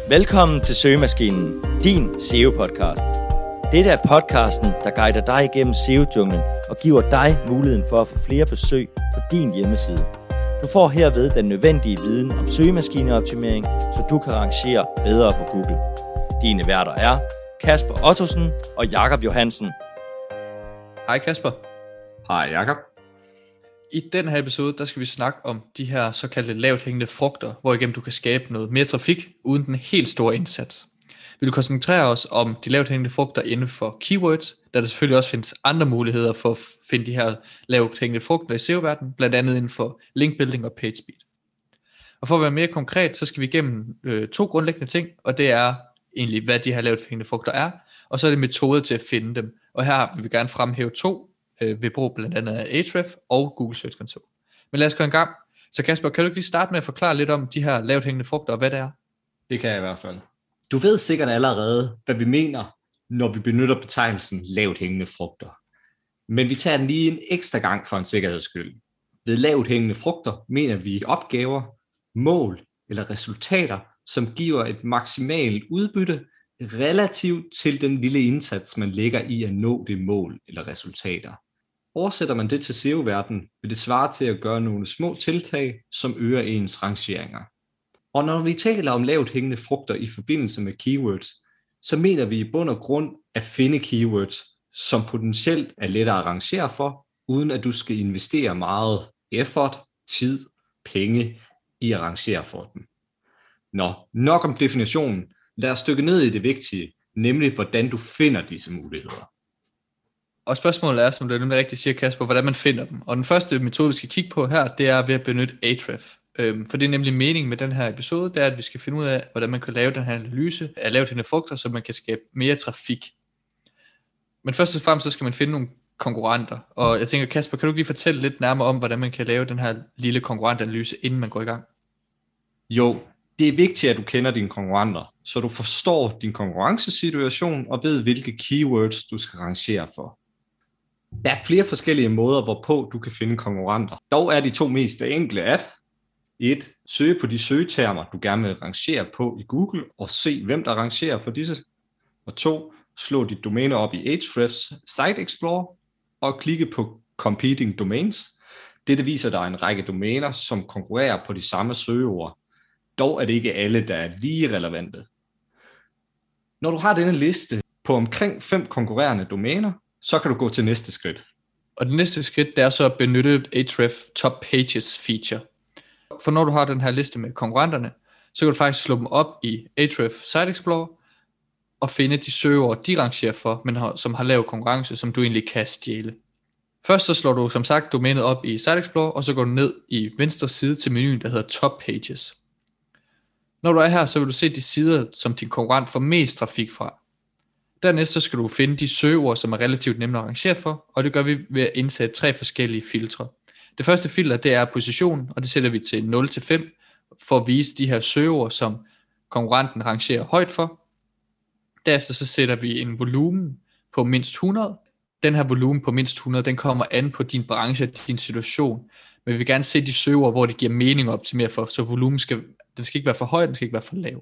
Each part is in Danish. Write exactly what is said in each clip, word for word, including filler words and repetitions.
Velkommen til Søgemaskinen, din S E O-podcast. Dette er podcasten, der guider dig igennem S E O-junglen og giver dig muligheden for at få flere besøg på din hjemmeside. Du får herved den nødvendige viden om søgemaskineoptimering, så du kan rangere bedre på Google. Dine værter er Kasper Ottosen og Jakob Johansen. Hej Kasper. Hej Jakob. I den her episode, der skal vi snakke om de her såkaldte lavt hængende frugter, hvorigennem du kan skabe noget mere trafik uden den helt store indsats. Vi vil koncentrere os om de lavt hængende frugter inden for keywords, da der selvfølgelig også findes andre muligheder for at finde de her lavt hængende frugter i S E O-verdenen, blandt andet inden for link building og page speed. Og for at være mere konkret, så skal vi igennem øh, to grundlæggende ting, og det er egentlig, hvad de her lavt hængende frugter er, og så er det metoder til at finde dem. Og her vil vi gerne fremhæve to, ved brug blandt andet af Ahrefs og Google Search Console. Men lad os gå en gang. Så Kasper, kan du ikke lige starte med at forklare lidt om de her lavt hængende frugter og hvad det er? Det kan jeg i hvert fald. Du ved sikkert allerede, hvad vi mener, når vi benytter betegnelsen lavt hængende frugter. Men vi tager den lige en ekstra gang for en sikkerheds skyld. Ved lavt hængende frugter mener vi opgaver, mål eller resultater, som giver et maksimalt udbytte relativt til den lille indsats, man lægger i at nå det mål eller resultater. Oversætter man det til S E O-verdenen, vil det svare til at gøre nogle små tiltag, som øger ens rangeringer. Og når vi taler om lavt hængende frugter i forbindelse med keywords, så mener vi i bund og grund at finde keywords, som potentielt er lettere at rangere for, uden at du skal investere meget effort, tid, penge i at rangere for dem. Nå, nok om definitionen. Lad os dykke ned i det vigtige, nemlig hvordan du finder disse muligheder. Og spørgsmålet er, som du nemlig rigtig siger, Kasper, hvordan man finder dem. Og den første metode, vi skal kigge på her, det er ved at benytte Ahrefs. Øhm, for det er nemlig meningen med den her episode, det er, at vi skal finde ud af, hvordan man kan lave den her analyse af lavt hængende frugter, så man kan skabe mere trafik. Men først og fremmest så skal man finde nogle konkurrenter. Og jeg tænker, Kasper, kan du lige fortælle lidt nærmere om, hvordan man kan lave den her lille konkurrentanalyse, inden man går i gang? Jo, det er vigtigt, at du kender dine konkurrenter, så du forstår din konkurrencesituation og ved, hvilke keywords du skal rangere for. Der er flere forskellige måder, hvorpå du kan finde konkurrenter. Dog er de to mest enkle at et. Søge på de søgetermer, du gerne vil rangere på i Google, og se, hvem der rangerer for disse. Og to. Slå dit domæne op i Ahrefs Site Explorer og klikke på Competing Domains. Dette viser dig en række domæner, som konkurrerer på de samme søgeord. Dog er det ikke alle, der er lige relevante. Når du har denne liste på omkring fem konkurrerende domæner, så kan du gå til næste skridt. Og det næste skridt, det er så at benytte Ahrefs Top Pages feature. For når du har den her liste med konkurrenterne, så kan du faktisk slå dem op i Ahrefs Site Explorer og finde de søgeord, de rangerer for, men som har lav konkurrence, som du egentlig kan stjæle. Først så slår du som sagt domænet op i Site Explorer, og så går du ned i venstre side til menuen, der hedder Top Pages. Når du er her, så vil du se de sider, som din konkurrent får mest trafik fra. Dernæst så skal du finde de søgeord, som er relativt nemme at rangere for, og det gør vi ved at indsætte tre forskellige filtre. Det første filter, det er position, og det sætter vi til nul til fem, for at vise de her søgeord, som konkurrenten rangerer højt for. Derefter så sætter vi en volumen på mindst hundrede. Den her volumen på mindst hundrede, den kommer an på din branche og din situation. Men vi vil gerne se de søgeord, hvor det giver mening at optimere for, så volumen skal, den skal ikke være for høj, den skal ikke være for lav.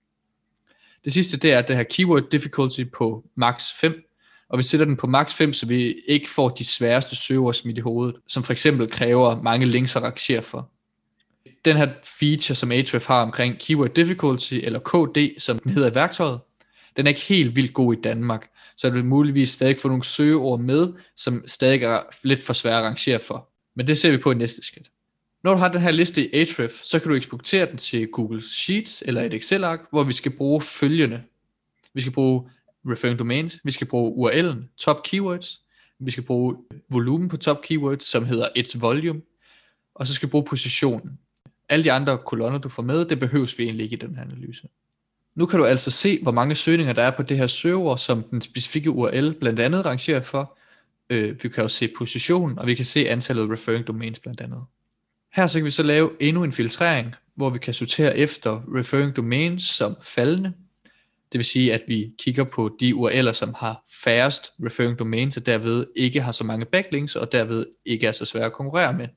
Det sidste, det er det her keyword difficulty på max fem, og vi sætter den på max fem, så vi ikke får de sværeste søgeord smidt i hovedet, som for eksempel kræver mange links at rangere for. Den her feature, som Ahrefs har omkring keyword difficulty, eller K D, som den hedder i værktøjet, den er ikke helt vildt god i Danmark, så det vil muligvis stadig få nogle søgeord med, som stadig er lidt for svære at rangere for. Men det ser vi på i næste skridt. Når du har den her liste i Ahrefs, så kan du eksportere den til Google Sheets eller et Excel-ark, hvor vi skal bruge følgende. Vi skal bruge referring domains, vi skal bruge U R L'en, top keywords, vi skal bruge volumen på top keywords, som hedder its volume, og så skal vi bruge positionen. Alle de andre kolonner, du får med, det behøves vi egentlig ikke i den her analyse. Nu kan du altså se, hvor mange søgninger der er på det her søgeord, som den specifikke U R L blandt andet rangerer for. Vi kan også se positionen, og vi kan se antallet af referring domains blandt andet. Her så kan vi så lave endnu en filtrering, hvor vi kan sortere efter referring domains som faldende. Det vil sige, at vi kigger på de U R L'er, som har færrest referring domains, og derved ikke har så mange backlinks, og derved ikke er så svære at konkurrere med.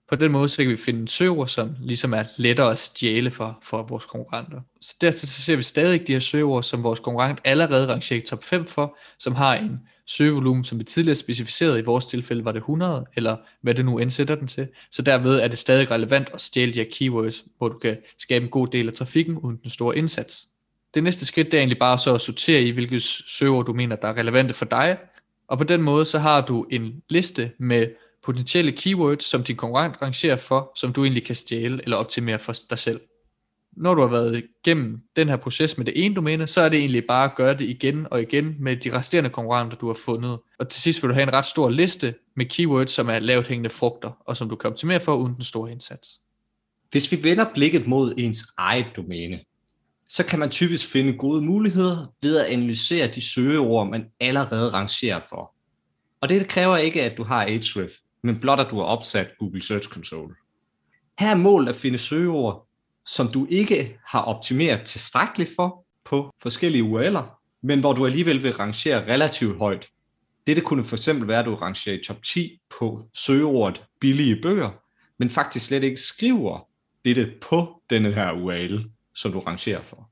På den måde så kan vi finde søgeord, som ligesom er lettere at stjæle for, for vores konkurrenter. Så dertil så ser vi stadig de her søgeord, som vores konkurrent allerede rangerer i top fem for, som har en søgevolumen, som vi tidligere specificerede. I vores tilfælde var det hundrede, eller hvad det nu indsætter den til. Så derved er det stadig relevant at stjæle de her keywords, hvor du kan skabe en god del af trafikken uden den store indsats. Det næste skridt det er egentlig bare så at sortere i, hvilke søgeord du mener, der er relevante for dig. Og på den måde så har du en liste med potentielle keywords, som din konkurrent rangerer for, som du egentlig kan stjæle eller optimere for dig selv. Når du har været igennem den her proces med det ene domæne, så er det egentlig bare at gøre det igen og igen med de resterende konkurrenter, du har fundet. Og til sidst vil du have en ret stor liste med keywords, som er lavt hængende frugter, og som du kan optimere for uden den store indsats. Hvis vi vender blikket mod ens eget domæne, så kan man typisk finde gode muligheder ved at analysere de søgeord, man allerede rangerer for. Og det kræver ikke, at du har Ahrefs, men blot at du har opsat Google Search Console. Her er målet at finde søgeord, som du ikke har optimeret tilstrækkeligt for på forskellige U R L'er, men hvor du alligevel vil rangere relativt højt. Dette kunne for eksempel være, at du rangerer i top ti på søgeordet billige bøger, men faktisk slet ikke skriver dette på denne her U R L, som du rangerer for.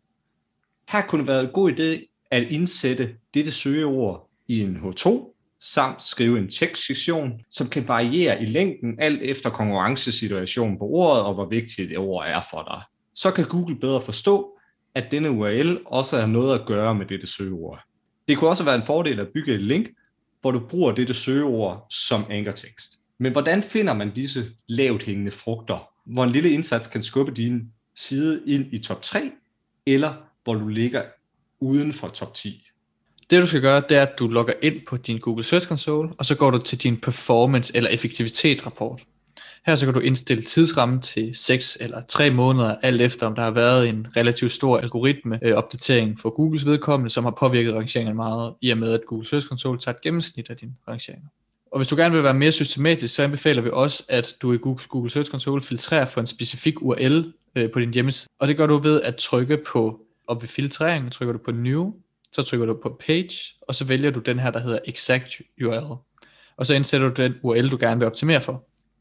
Her kunne det være en god idé at indsætte dette søgeord i en H to, samt skrive en tekstsektion, som kan variere i længden alt efter konkurrencesituationen på ordet og hvor vigtigt det ord er for dig. Så kan Google bedre forstå, at denne U R L også har noget at gøre med dette søgeord. Det kunne også være en fordel at bygge et link, hvor du bruger dette søgeord som ankertekst. Men hvordan finder man disse lavt hængende frugter, hvor en lille indsats kan skubbe din side ind i top tre, eller hvor du ligger uden for top ti? Det du skal gøre, det er, at du logger ind på din Google Search Console, og så går du til din performance eller effektivitet rapport. Her så kan du indstille tidsrammen til seks eller tre måneder, alt efter om der har været en relativt stor algoritme-opdatering for Googles vedkommende, som har påvirket rangeringerne meget, i og med at Google Search Console tager et gennemsnit af dine rangeringer. Og hvis du gerne vil være mere systematisk, så anbefaler vi også, at du i Google Search Console filtrerer for en specifik U R L på din hjemmeside. Og det gør du ved at trykke på, op ved filtreringen, trykker du på New, så trykker du på Page, og så vælger du den her, der hedder Exact U R L. Og så indsætter du den U R L, du gerne vil optimere for.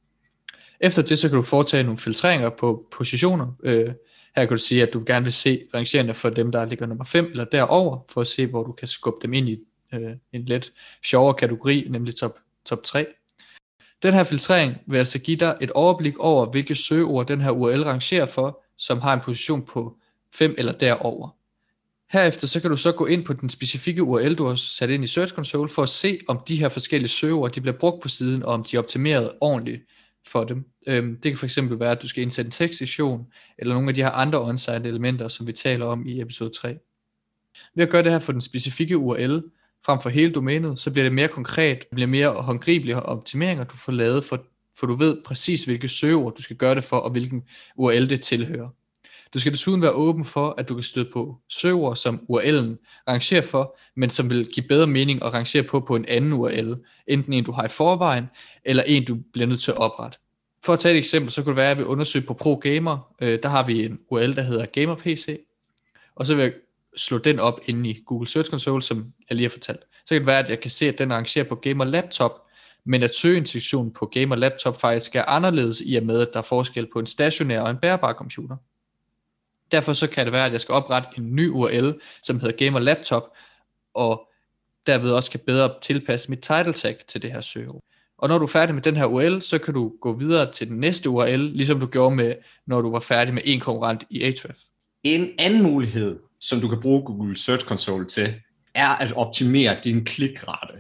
Efter det, så kan du foretage nogle filtreringer på positioner. Øh, her kan du sige, at du gerne vil se rangeringerne for dem, der ligger nummer fem eller derover, for at se, hvor du kan skubbe dem ind i øh, en lidt sjovere kategori, nemlig top, top tre. Den her filtrering vil altså give dig et overblik over, hvilke søgeord den her U R L rangerer for, som har en position på fem eller derover. Herefter så kan du så gå ind på den specifikke U R L, du har sat ind i Search Console, for at se, om de her forskellige søgeord de bliver brugt på siden, og om de er optimeret ordentligt for dem. Det kan fx være, at du skal indsætte en tekstsektion, eller nogle af de her andre on-site elementer, som vi taler om i episode tre. Ved at gøre det her for den specifikke U R L, frem for hele domænet, så bliver det mere konkret, bliver mere håndgribelige optimeringer, du får lavet, for, for du ved præcis, hvilke søgeord du skal gøre det for, og hvilken U R L det tilhører. Du skal desuden være åben for, at du kan støde på søgeord, som U R L'en rangerer for, men som vil give bedre mening at rangere på på en anden U R L, enten en du har i forvejen, eller en du bliver nødt til at oprette. For at tage et eksempel, så kunne det være, at jeg vil undersøge på ProGamer, øh, der har vi en U R L, der hedder GamerPC, og så vil jeg slå den op inde i Google Search Console, som jeg lige har fortalt. Så kan det være, at jeg kan se, at den rangerer på Gamer Laptop, men at søgeinstruktionen på Gamer Laptop faktisk er anderledes, i og med, at der er forskel på en stationær og en bærbar computer. Derfor så kan det være, at jeg skal oprette en ny U R L, som hedder Gamer Laptop, og derved også kan bedre tilpasse mit title tag til det her søgeord. Og når du er færdig med den her U R L, så kan du gå videre til den næste U R L, ligesom du gjorde med, når du var færdig med en konkurrent i Ahrefs. En anden mulighed, som du kan bruge Google Search Console til, er at optimere din klikrate.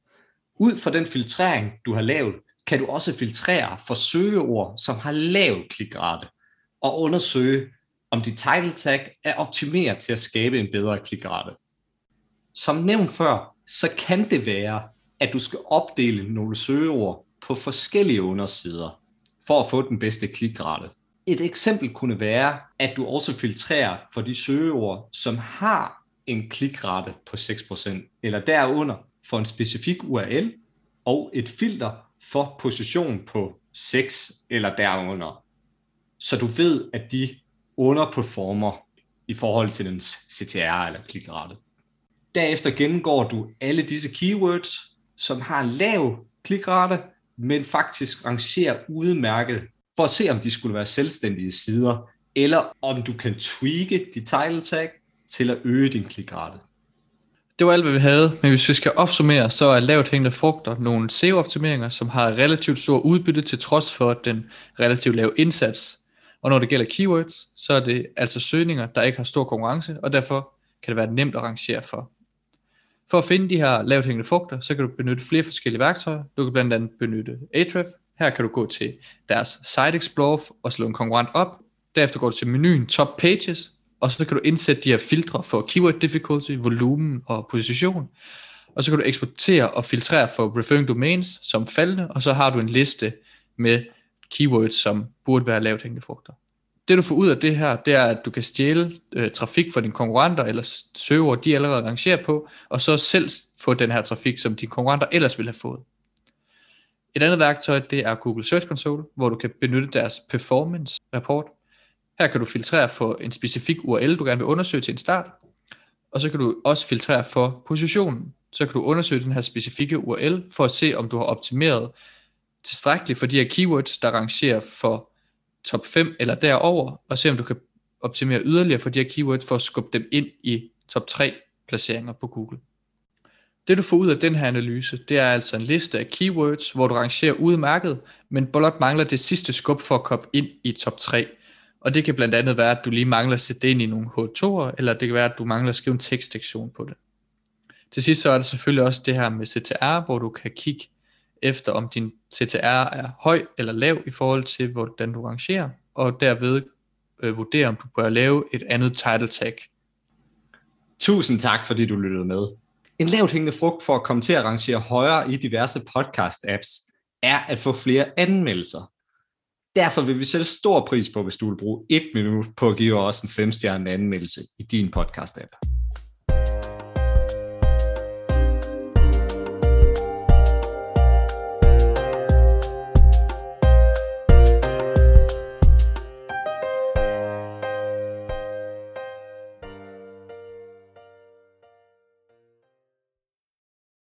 Ud fra den filtrering, du har lavet, kan du også filtrere for søgeord, som har lav klikrate, og undersøge, om dit title tag er optimeret til at skabe en bedre klikrate. Som nævnt før, så kan det være, at du skal opdele nogle søgeord på forskellige undersider, for at få den bedste klikrate. Et eksempel kunne være, at du også filtrerer for de søgeord, som har en klikrate på seks procent, eller derunder for en specifik U R L, og et filter for position på seks eller derunder. Så du ved, at de underperformer i forhold til den C T R eller klikrate. Derefter gennemgår du alle disse keywords, som har en lav klikrate, men faktisk rangerer udmærket, for at se, om de skulle være selvstændige sider, eller om du kan tweake dit title tag til at øge din klikrate. Det var alt, hvad vi havde, men hvis vi skal opsummere, så er lavt hængende frugter nogle S E O-optimeringer, som har relativt stor udbytte til trods for den relativt lave indsats. Og når det gælder keywords, så er det altså søgninger, der ikke har stor konkurrence, og derfor kan det være nemt at rangere for. For at finde de her lavt hængende frugter, så kan du benytte flere forskellige værktøjer. Du kan blandt andet benytte Ahrefs. Her kan du gå til deres Site Explorer og slå en konkurrent op. Derefter går du til menuen Top Pages, og så kan du indsætte de her filtre for keyword difficulty, volumen og position. Og så kan du eksportere og filtrere for referring domains som faldende, og så har du en liste med keywords, som burde være lavt hængende frugter. Det du får ud af det her, det er, at du kan stjæle øh, trafik fra dine konkurrenter, eller søgeord, de allerede rangerer på, og så selv få den her trafik, som dine konkurrenter ellers ville have fået. Et andet værktøj, det er Google Search Console, hvor du kan benytte deres performance rapport. Her kan du filtrere for en specifik U R L, du gerne vil undersøge til en start, og så kan du også filtrere for positionen. Så kan du undersøge den her specifikke U R L, for at se, om du har optimeret tilstrækkeligt for de her keywords, der rangerer for top fem eller derover, og se, om du kan optimere yderligere for de her keywords, for at skubbe dem ind i top tre placeringer på Google. Det du får ud af den her analyse, det er altså en liste af keywords, hvor du rangerer udmærket, men blot mangler det sidste skub for at komme ind i top tre. Og det kan blandt andet være, at du lige mangler at sætte det ind i nogle H to'er, eller det kan være, at du mangler at skrive en tekstsektion på det. Til sidst så er der selvfølgelig også det her med C T R, hvor du kan kigge efter, om din C T R er høj eller lav i forhold til, hvordan du rangerer, og derved øh, vurdere, om du bør lave et andet title tag. Tusind tak, fordi du lyttede med. En lavt hængende frugt for at komme til at rangere højere i diverse podcast-apps, er at få flere anmeldelser. Derfor vil vi sætte stor pris på, hvis du vil bruge et minut på at give os en fem stjerne anmeldelse i din podcast-app.